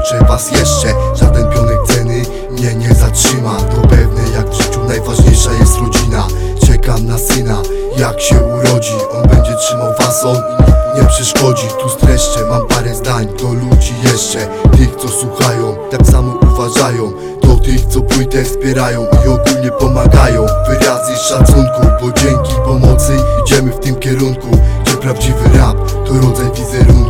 nauczę was jeszcze. Żaden pionek ceny mnie nie zatrzyma. To pewne, jak w życiu najważniejsza jest rodzina. Czekam na syna, jak się urodzi. On będzie trzymał fason i nie przeszkodzi. Tu streszczę, mam parę zdań do ludzi jeszcze. Tych, co słuchają, tak samo uważają. Do tych, co płytę wspierają i ogólnie pomagają. Wyrazy szacunku, bo dzięki pomocy idziemy w tym kierunku, gdzie prawdziwy rap to rodzaj wizerunku.